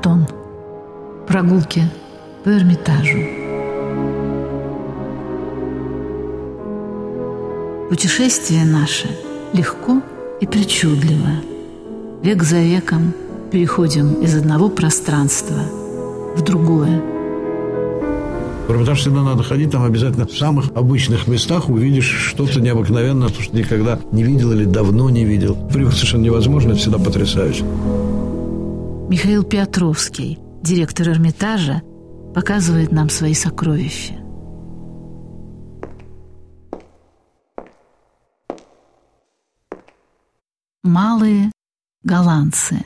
Бретон. Прогулки по Эрмитажу. Путешествие наше легко и причудливо. Век за веком переходим из одного пространства в другое. В Эрмитаж всегда надо ходить, там обязательно в самых обычных местах увидишь что-то необыкновенное, то, что никогда не видел или давно не видел. Привыкнуть совершенно невозможно, это всегда потрясающе. Михаил Петровский, директор Эрмитажа, показывает нам свои сокровища. Малые голландцы.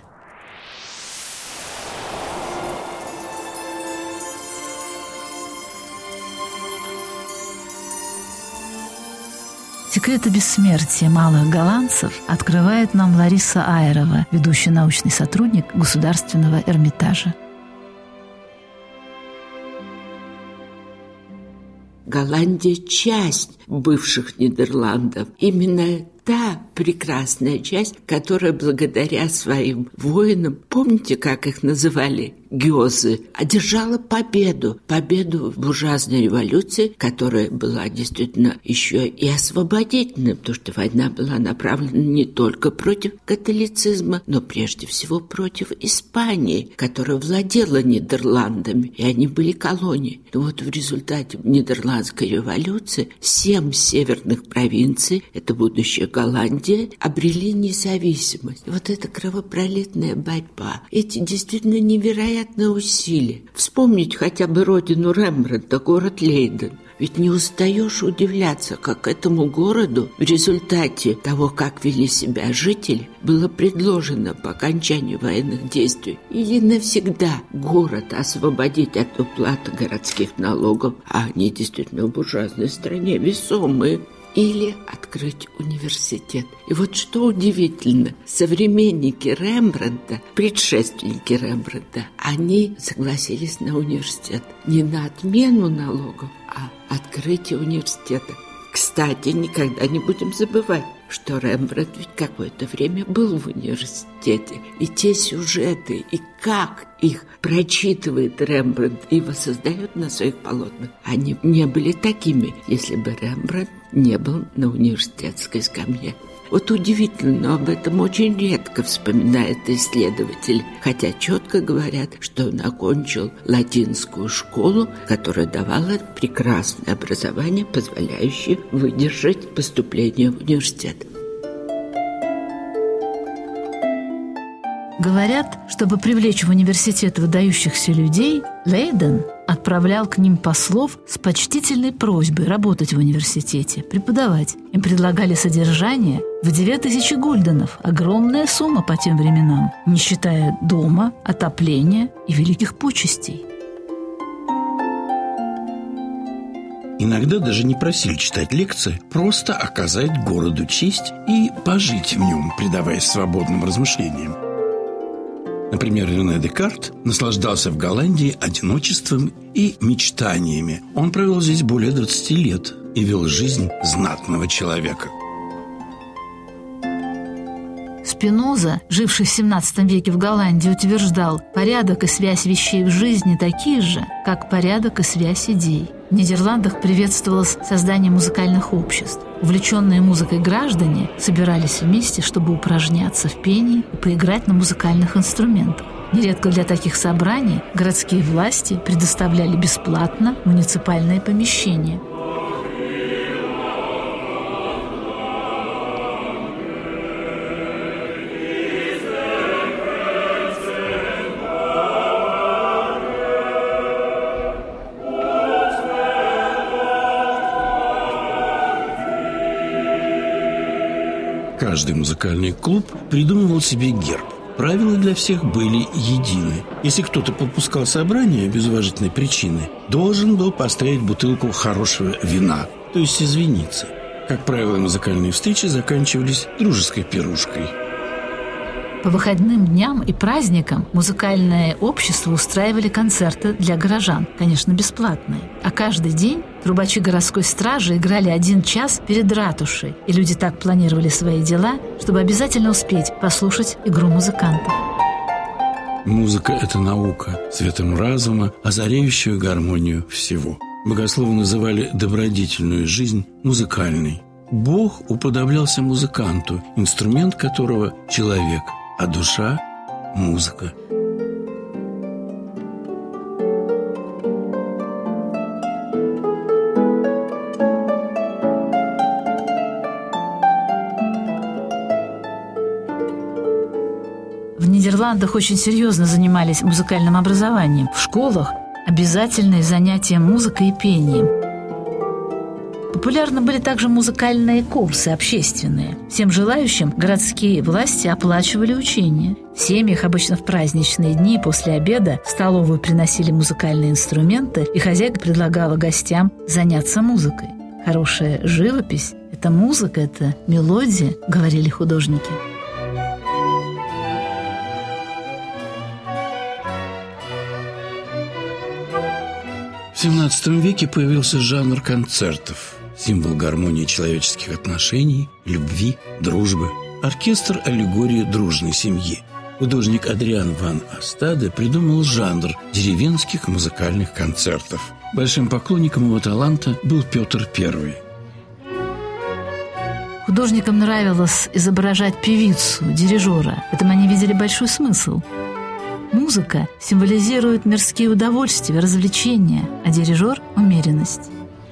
Секреты бессмертия малых голландцев открывает нам Лариса Аерова, ведущий научный сотрудник Государственного Эрмитажа. Голландия – часть бывших Нидерландов. Именно та прекрасная часть, которая благодаря своим воинам, помните, как их называли, гёзы, одержала победу. Победу в буржуазной революции, которая была действительно еще и освободительной, потому что война была направлена не только против католицизма, но прежде всего против Испании, которая владела Нидерландами, и они были колонией. Но вот в результате Нидерландской революции 7 северных провинций, это будущее Голландия, обрели независимость. И вот эта кровопролитная борьба, эти действительно невероятные усилия. Вспомнить хотя бы родину Рембрандта, город Лейден. Ведь не устаешь удивляться, как этому городу в результате того, как вели себя жители, было предложено по окончании военных действий или навсегда город освободить от уплаты городских налогов, а они действительно в буржуазной стране весомые, или открыть университет. И вот что удивительно, современники Рембрандта, предшественники Рембрандта, они согласились на университет. Не на отмену налогов, а открытие университета. Кстати, никогда не будем забывать, что Рембрандт ведь какое-то время был в университете. И те сюжеты, и как их прочитывает Рембрандт и воссоздает на своих полотнах, они не были такими, если бы Рембрандт не был на университетской скамье. Вот удивительно, но об этом очень редко вспоминают исследователи, хотя четко говорят, что он окончил латинскую школу, которая давала прекрасное образование, позволяющее выдержать поступление в университет. Говорят, чтобы привлечь в университет выдающихся людей, Лейден отправлял к ним послов с почтительной просьбой работать в университете, преподавать. Им предлагали содержание в 2000 гульденов, огромная сумма по тем временам, не считая дома, отопления и великих почестей. Иногда даже не просили читать лекции, просто оказать городу честь и пожить в нем, предаваясь свободным размышлениям. Например, Рене Декарт наслаждался в Голландии одиночеством и мечтаниями. Он провел здесь более 20 лет и вел жизнь знатного человека. Спиноза, живший в 17 веке в Голландии, утверждал: порядок и связь вещей в жизни такие же, как порядок и связь идей. В Нидерландах приветствовалось создание музыкальных обществ. Увлеченные музыкой граждане собирались вместе, чтобы упражняться в пении и поиграть на музыкальных инструментах. Нередко для таких собраний городские власти предоставляли бесплатно муниципальные помещения. Каждый музыкальный клуб придумывал себе герб. Правила для всех были едины. Если кто-то пропускал собрание без уважительной причины, должен был поставить бутылку хорошего вина, то есть извиниться. Как правило, музыкальные встречи заканчивались дружеской пирушкой. По выходным дням и праздникам музыкальное общество устраивали концерты для горожан, конечно, бесплатные. А каждый день трубачи городской стражи играли 1 час перед ратушей, и люди так планировали свои дела, чтобы обязательно успеть послушать игру музыкантов. Музыка – это наука, светом разума, озаряющую гармонию всего. Богословы называли добродетельную жизнь музыкальной. Бог уподоблялся музыканту, инструмент которого – человек, а душа – музыка. В Нидерландах очень серьезно занимались музыкальным образованием. В школах обязательные занятия музыкой и пением. Популярны были также музыкальные курсы общественные. Всем желающим городские власти оплачивали учения. В семьях, обычно в праздничные дни после обеда, в столовую приносили музыкальные инструменты, и хозяйка предлагала гостям заняться музыкой. Хорошая живопись – это музыка, это мелодия, говорили художники. В XVII веке появился жанр концертов, символ гармонии человеческих отношений, любви, дружбы, оркестр аллегории дружной семьи. Художник Адриан ван Астаде придумал жанр деревенских музыкальных концертов. Большим поклонником его таланта был Петр I. Художникам нравилось изображать певицу, дирижера. В этом они видели большой смысл. Музыка символизирует мирские удовольствия, развлечения, а дирижер – умеренность.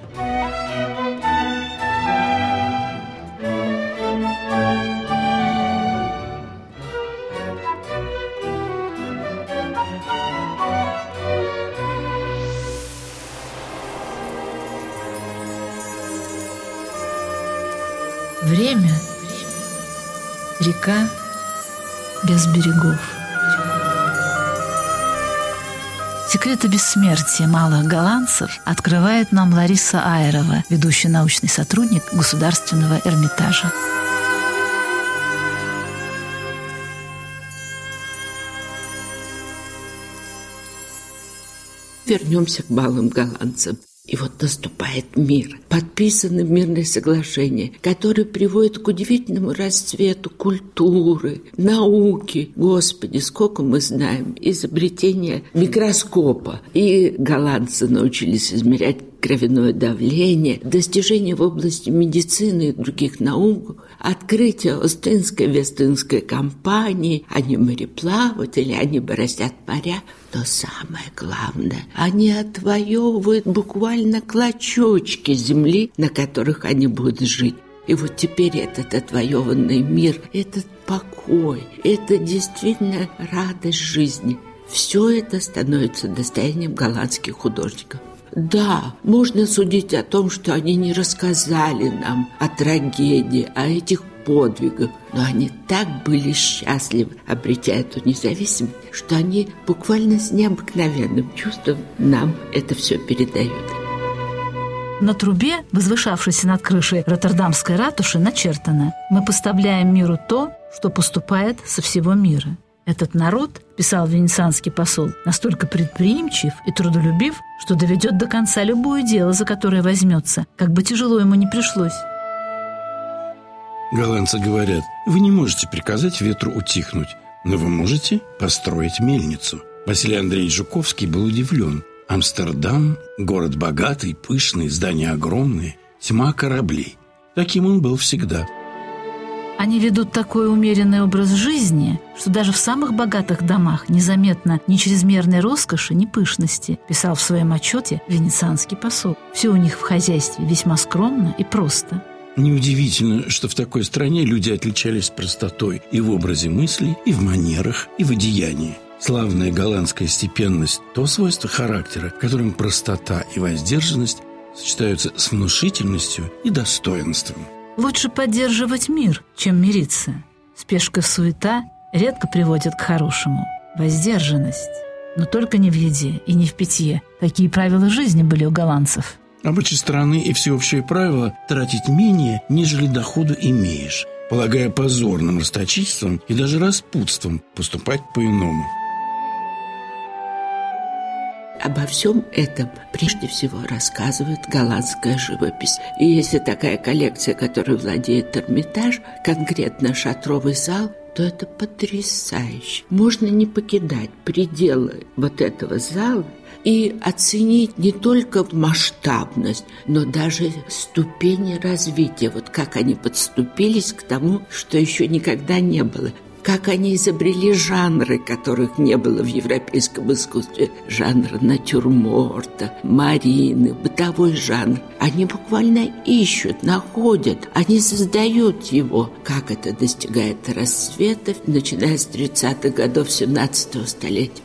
Время – река без берегов. Секреты бессмертия малых голландцев открывает нам Лариса Аерова, ведущий научный сотрудник Государственного Эрмитажа. Вернемся к малым голландцам. И вот наступает мир. Подписаны мирные соглашения, которые приводят к удивительному расцвету культуры, науки. Господи, сколько мы знаем. Изобретение микроскопа. И голландцы научились измерять кровяное давление, достижения в области медицины и других наук, открытие Остинской Вестинской компании. Они мореплаватели, они бороздят моря. Но самое главное, они отвоевывают буквально клочочки земли, на которых они будут жить. И вот теперь этот отвоеванный мир, этот покой, это действительно радость жизни. Все это становится достоянием голландских художников. Да, можно судить о том, что они не рассказали нам о трагедии, о этих подвигах, но они так были счастливы, обретя эту независимость, что они буквально с необыкновенным чувством нам это все передают. На трубе, возвышавшейся над крышей Роттердамской ратуши, начертано: «Мы поставляем миру то, что поступает со всего мира». Этот народ, писал венецианский посол, настолько предприимчив и трудолюбив, что доведет до конца любое дело, за которое возьмется, как бы тяжело ему ни пришлось. Голландцы говорят: вы не можете приказать ветру утихнуть, но вы можете построить мельницу. Василий Андреевич Жуковский был удивлен. Амстердам – город богатый, пышный, здания огромные, тьма кораблей. Таким он был всегда. Они ведут такой умеренный образ жизни, что даже в самых богатых домах незаметно ни чрезмерной роскоши, ни пышности, писал в своем отчете венецианский посол. Все у них в хозяйстве весьма скромно и просто. Неудивительно, что в такой стране люди отличались простотой и в образе мыслей, и в манерах, и в одеянии. Славная голландская степенность – то свойство характера, в котором простота и воздержанность сочетаются с внушительностью и достоинством. Лучше поддерживать мир, чем мириться. Спешка и суета редко приводят к хорошему. Воздержанность. Но только не в еде и не в питье. Такие правила жизни были у голландцев. Обычай страны и всеобщее правило – тратить менее, нежели доходу имеешь, полагая позорным расточительством и даже распутством поступать по-иному. Обо всем этом прежде всего рассказывает голландская живопись. И если такая коллекция, которой владеет Эрмитаж, конкретно шатровый зал, то это потрясающе. Можно не покидать пределы вот этого зала и оценить не только масштабность, но даже ступени развития. Вот как они подступились к тому, что еще никогда не было. Как они изобрели жанры, которых не было в европейском искусстве. Жанр натюрморта, марины, бытовой жанр. Они буквально ищут, находят, они создают его. Как это достигает расцвета, начиная с 30-х годов 17-го столетия.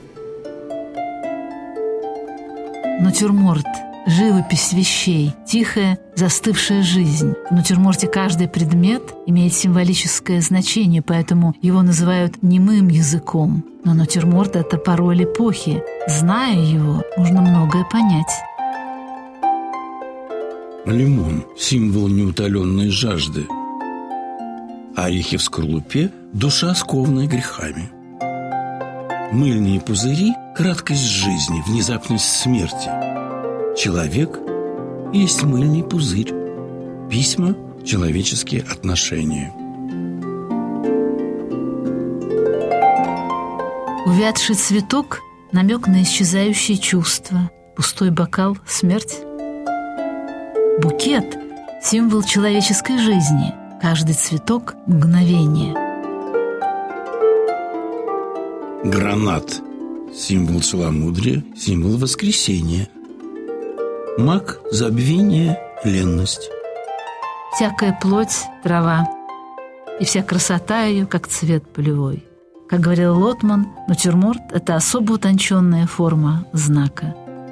Натюрморт – живопись вещей, тихая, застывшая жизнь. В натюрморте каждый предмет имеет символическое значение, поэтому его называют немым языком. Но натюрморт – это пароль эпохи. Зная его, можно многое понять. Лимон – символ неутоленной жажды. Орехи в скорлупе – душа, скованная грехами. Мыльные пузыри – краткость жизни, внезапность смерти. Человек есть мыльный пузырь. Письма – человеческие отношения. Увядший цветок – намек на исчезающие чувства. Пустой бокал – смерть. Букет – символ человеческой жизни. Каждый цветок – мгновение. Гранат – символ целомудрия, символ воскресения. Мак – забвение, ленность. Всякая плоть – трава, и вся красота ее, как цвет полевой. Как говорил Лотман, натюрморт – это особо утонченная форма знака.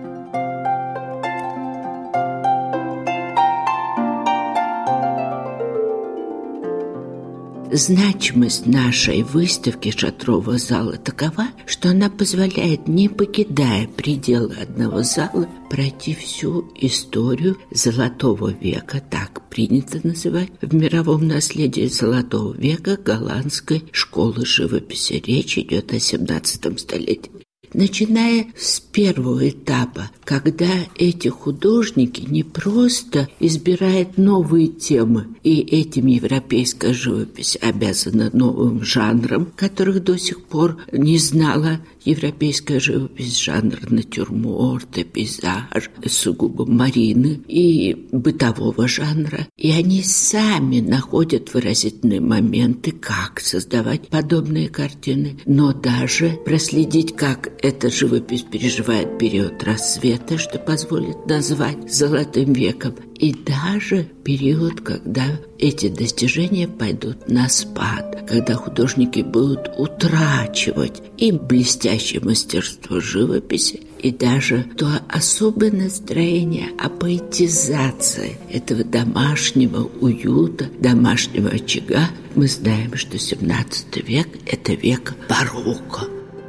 Значимость нашей выставки шатрового зала такова, что она позволяет, не покидая пределы одного зала, пройти всю историю Золотого века, так принято называть в мировом наследии Золотого века голландской школы живописи. Речь идет о 17 столетии. Начиная с первого этапа, когда эти художники не просто избирают новые темы, и этим европейская живопись обязана новым жанрам, которых до сих пор не знала европейская живопись, жанр натюрморта, пейзаж, сугубо марины и бытового жанра. И они сами находят выразительные моменты, как создавать подобные картины, но даже проследить, как эта живопись переживает период расцвета, что позволит назвать Золотым веком, и даже период, когда эти достижения пойдут на спад, когда художники будут утрачивать и блестящее мастерство живописи, и даже то особое настроение о поэтизации этого домашнего уюта, домашнего очага. Мы знаем, что 17 век – это век барокко.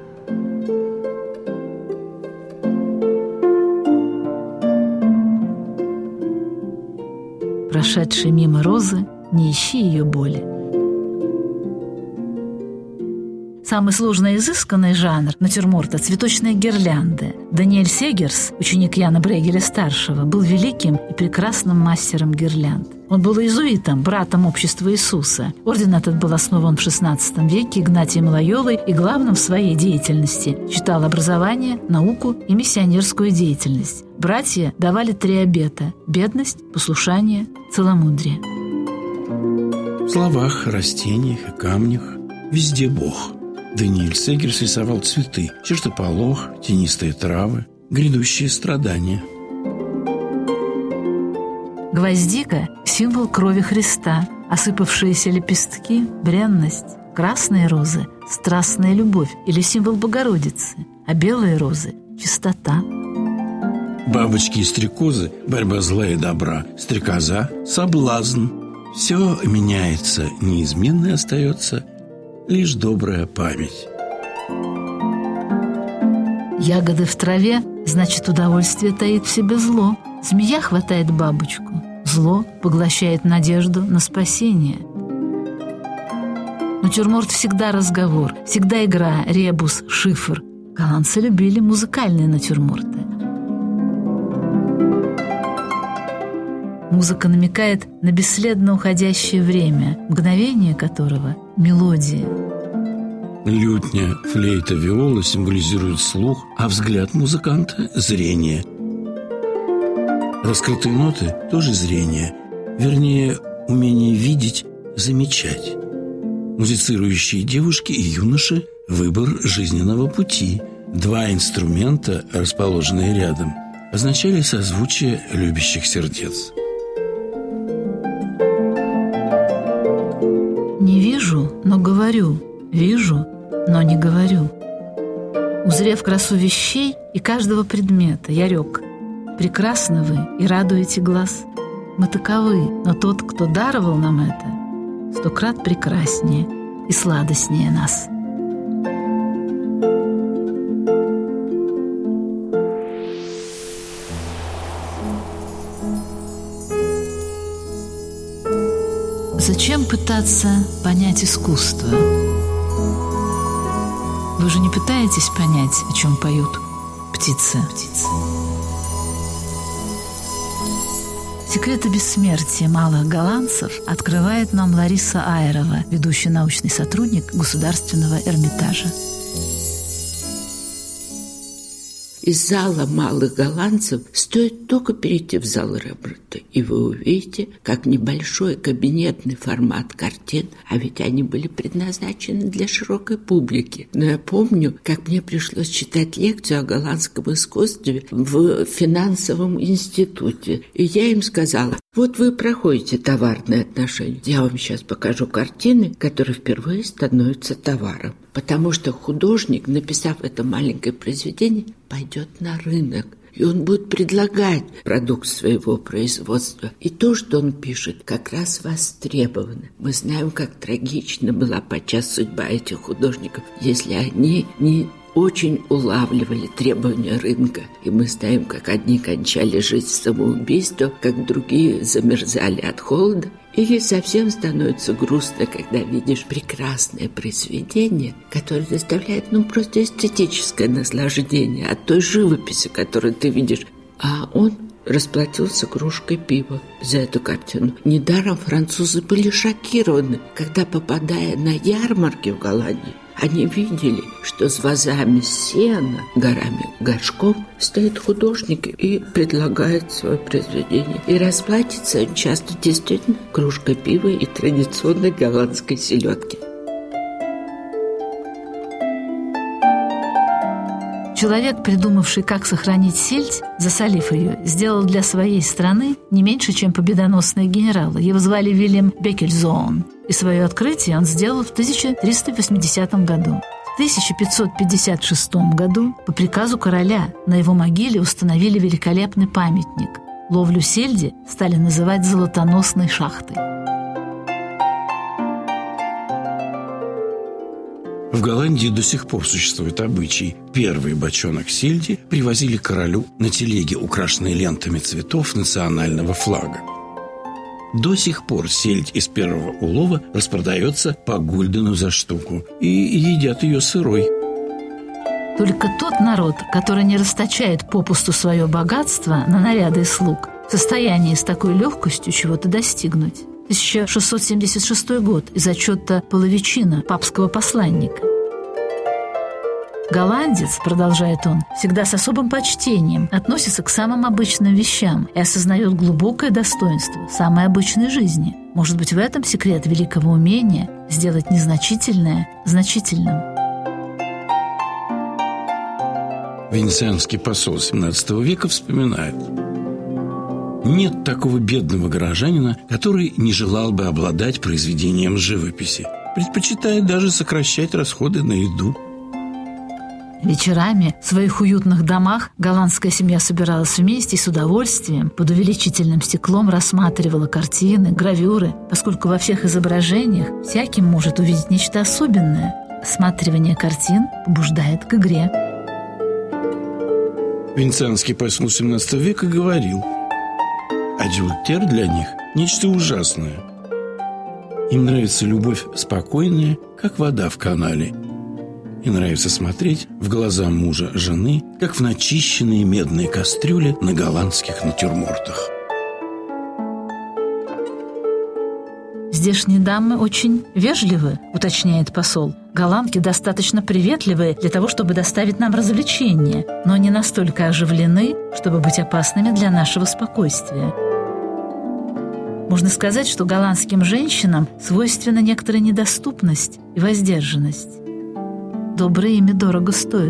Прошедшей мимо розы, не ищи ее боли. Самый сложный и изысканный жанр натюрморта – цветочные гирлянды. Даниэль Сегерс, ученик Яна Брейгеля-старшего, был великим и прекрасным мастером гирлянд. Он был иезуитом, братом Общества Иисуса. Орден этот был основан в XVI веке Игнатием Лойолой и главным в своей деятельности читал образование, науку и миссионерскую деятельность. Братья давали 3 обета – бедность, послушание, целомудрие. В словах, растениях и камнях везде Бог. Даниэль Сегерс рисовал цветы, чертополох, тенистые травы, грядущие страдания. Гвоздика – символ крови Христа, осыпавшиеся лепестки – бренность, красные розы – страстная любовь или символ Богородицы, а белые розы – чистота. Бабочки и стрекозы – борьба зла и добра, стрекоза – соблазн. Все меняется, неизменной остается лишь добрая память. Ягоды в траве – значит, удовольствие таит в себе зло. Змея хватает бабочку, зло поглощает надежду на спасение. Натюрморт всегда разговор, всегда игра, ребус, шифр. Голландцы любили музыкальные натюрморты. Музыка намекает на бесследно уходящее время, мгновение которого – мелодия. Лютня, флейта, виола символизируют слух, а взгляд музыканта – зрение. Раскрытые ноты – тоже зрение, вернее, умение видеть, замечать. Музицирующие девушки и юноши – выбор жизненного пути. Два инструмента, расположенные рядом, означали созвучие любящих сердец. Не вижу, но говорю, вижу, но не говорю. Узрев красу вещей и каждого предмета, я рек: прекрасны вы и радуете глаз. Мы таковы, но тот, кто даровал нам это, 100 крат прекраснее и сладостнее нас. Зачем пытаться понять искусство? Вы же не пытаетесь понять, о чем поют птицы. Секреты бессмертия малых голландцев открывает нам Лариса Аерова, ведущий научный сотрудник Государственного Эрмитажа. Из зала малых голландцев стоит только перейти в зал Рембрандта, и вы увидите, как небольшой кабинетный формат картин, а ведь они были предназначены для широкой публики. Но я помню, как мне пришлось читать лекцию о голландском искусстве в финансовом институте, и я им сказала: вот вы проходите товарные отношения, я вам сейчас покажу картины, которые впервые становятся товаром. Потому что художник, написав это маленькое произведение, пойдет на рынок, и он будет предлагать продукт своего производства. И то, что он пишет, как раз востребовано. Мы знаем, как трагична была подчас судьба этих художников, если они не очень улавливали требования рынка. И мы знаем, как одни кончали жизнь самоубийством, как другие замерзали от холода. Или совсем становится грустно, когда видишь прекрасное произведение, которое доставляет просто эстетическое наслаждение от той живописи, которую ты видишь. А он расплатился кружкой пива за эту картину. Недаром французы были шокированы, когда, попадая на ярмарки в Голландии, они видели, что с вазами сена, горами горшков стоит художник и предлагает свое произведение. И расплатится он часто действительно кружкой пива и традиционной голландской селедки. Человек, придумавший, как сохранить сельдь, засолив ее, сделал для своей страны не меньше, чем победоносные генералы. Его звали Вильям Беккельзоон, и свое открытие он сделал в 1380 году. В 1556 году по приказу короля на его могиле установили великолепный памятник. Ловлю сельди стали называть золотоносной шахтой. В Голландии до сих пор существует обычай. Первый бочонок сельди привозили королю на телеге, украшенной лентами цветов национального флага. До сих пор сельдь из первого улова распродается по гульдену за штуку, и едят ее сырой. Только тот народ, который не расточает попусту свое богатство на наряды и слуг, в состоянии с такой легкостью чего-то достигнуть. 1676 год из отчета Половичина, папского посланника. Голландец, продолжает он, всегда с особым почтением относится к самым обычным вещам и осознает глубокое достоинство самой обычной жизни. Может быть, в этом секрет великого умения сделать незначительное значительным. Венецианский посол XVII века вспоминает: нет такого бедного горожанина, который не желал бы обладать произведением живописи, предпочитает даже сокращать расходы на еду. Вечерами в своих уютных домах голландская семья собиралась вместе и с удовольствием под увеличительным стеклом рассматривала картины, гравюры, поскольку во всех изображениях всякий может увидеть нечто особенное. Осматривание картин побуждает к игре. Венецианский посол XVII века говорил: адюльтер для них – нечто ужасное. Им нравится любовь спокойная, как вода в канале. И нравится смотреть в глаза мужа жены, как в начищенные медные кастрюли на голландских натюрмортах. С «Здешние дамы очень вежливы», — уточняет посол. «Голландки достаточно приветливы для того, чтобы доставить нам развлечения, но не настолько оживлены, чтобы быть опасными для нашего спокойствия». Можно сказать, что голландским женщинам свойственна некоторая недоступность и воздержанность. Доброе имя дорого стоит.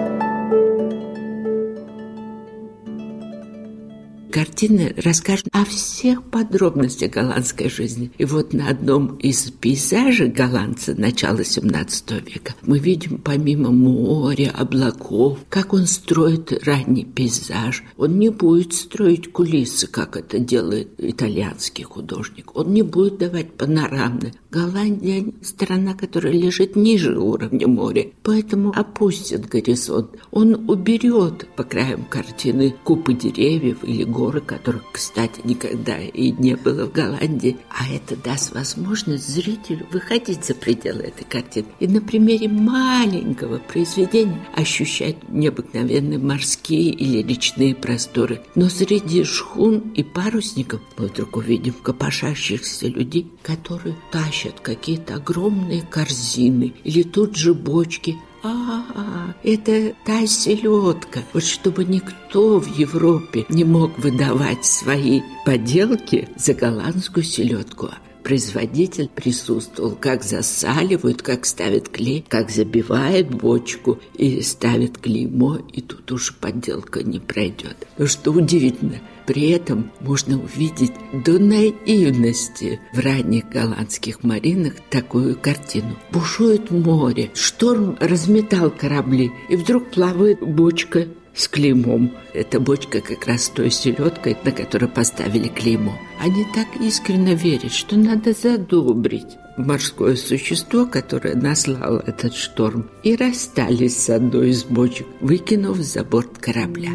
Картина расскажет о всех подробностях голландской жизни. И вот на одном из пейзажей голландца начала XVII века мы видим помимо моря, облаков, как он строит ранний пейзаж. Он не будет строить кулисы, как это делает итальянский художник. Он не будет давать панорамы. Голландия – страна, которая лежит ниже уровня моря, поэтому опустит горизонт. Он уберет по краям картины купы деревьев или горы, которых, кстати, никогда и не было в Голландии. А это даст возможность зрителю выходить за пределы этой картины и на примере маленького произведения ощущать необыкновенные морские или речные просторы. Но среди шхун и парусников мы вдруг увидим копошащихся людей, которые тащат какие-то огромные корзины или тут же бочки. Это та селедка. Вот чтобы никто в Европе не мог выдавать свои поделки за голландскую селедку. Производитель присутствовал, как засаливают, как ставят клей, как забивает бочку и ставит клеймо, и тут уж подделка не пройдет. Но что удивительно, при этом можно увидеть до наивности в ранних голландских маринах такую картину. Бушует море, шторм разметал корабли, и вдруг плавает бочка с клеймом. Эта бочка как раз той селедкой, на которой поставили клеймо. Они так искренне верят, что надо задобрить морское существо, которое наслало этот шторм, и расстались с одной из бочек, выкинув за борт корабля.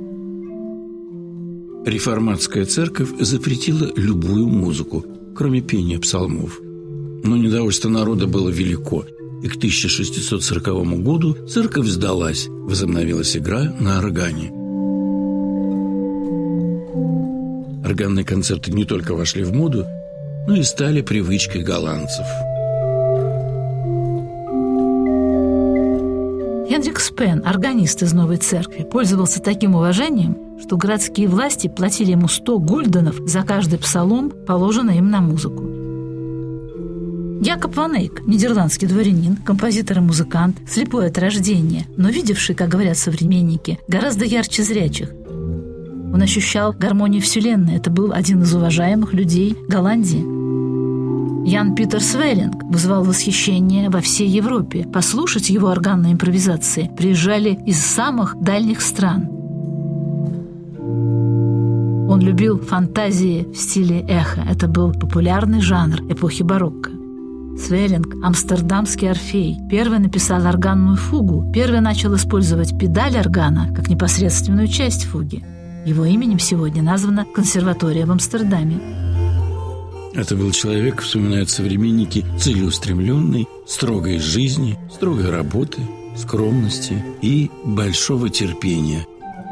Реформатская церковь запретила любую музыку, кроме пения псалмов. Но недовольство народа было велико, и к 1640 году церковь сдалась, возобновилась игра на органе. Органные концерты не только вошли в моду, но и стали привычкой голландцев. Хендрик Спен, органист из Новой Церкви, пользовался таким уважением, что городские власти платили ему 100 гульденов за каждый псалом, положенный им на музыку. Якоб ван Эйк, нидерландский дворянин, композитор и музыкант, слепой от рождения, но видевший, как говорят современники, гораздо ярче зрячих. Он ощущал гармонию Вселенной. Это был один из уважаемых людей Голландии. Ян Питер Свеллинг вызывал восхищение во всей Европе. Послушать его органные импровизации приезжали из самых дальних стран. Он любил фантазии в стиле эхо. Это был популярный жанр эпохи барокко. Свеллинг – амстердамский Орфей. Первый написал органную фугу. Первый начал использовать педаль органа как непосредственную часть фуги. Его именем сегодня названа консерватория в Амстердаме. Это был человек, вспоминают современники, целеустремленный, строгой жизни, строгой работы, скромности и большого терпения.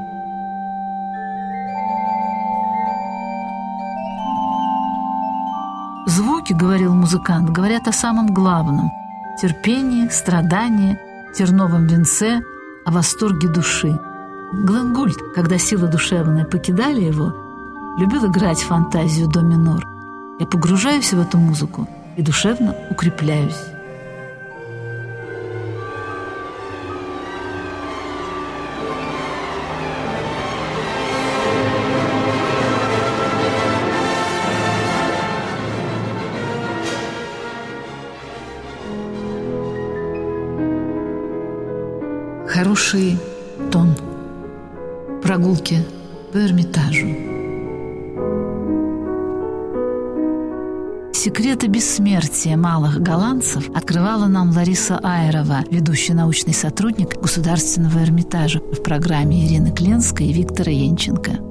Звуки, говорил музыкант, говорят о самом главном – терпении, страдании, терновом венце, о восторге души. Глен Гульд, когда силы душевные покидали его, любил играть фантазию до минор. Я погружаюсь в эту музыку и душевно укрепляюсь. Хороший тон. Прогулки по Эрмитажу. Секреты бессмертия малых голландцев открывала нам Лариса Айрова, ведущий научный сотрудник Государственного Эрмитажа, в программе Ирины Кленской и Виктора Янченко.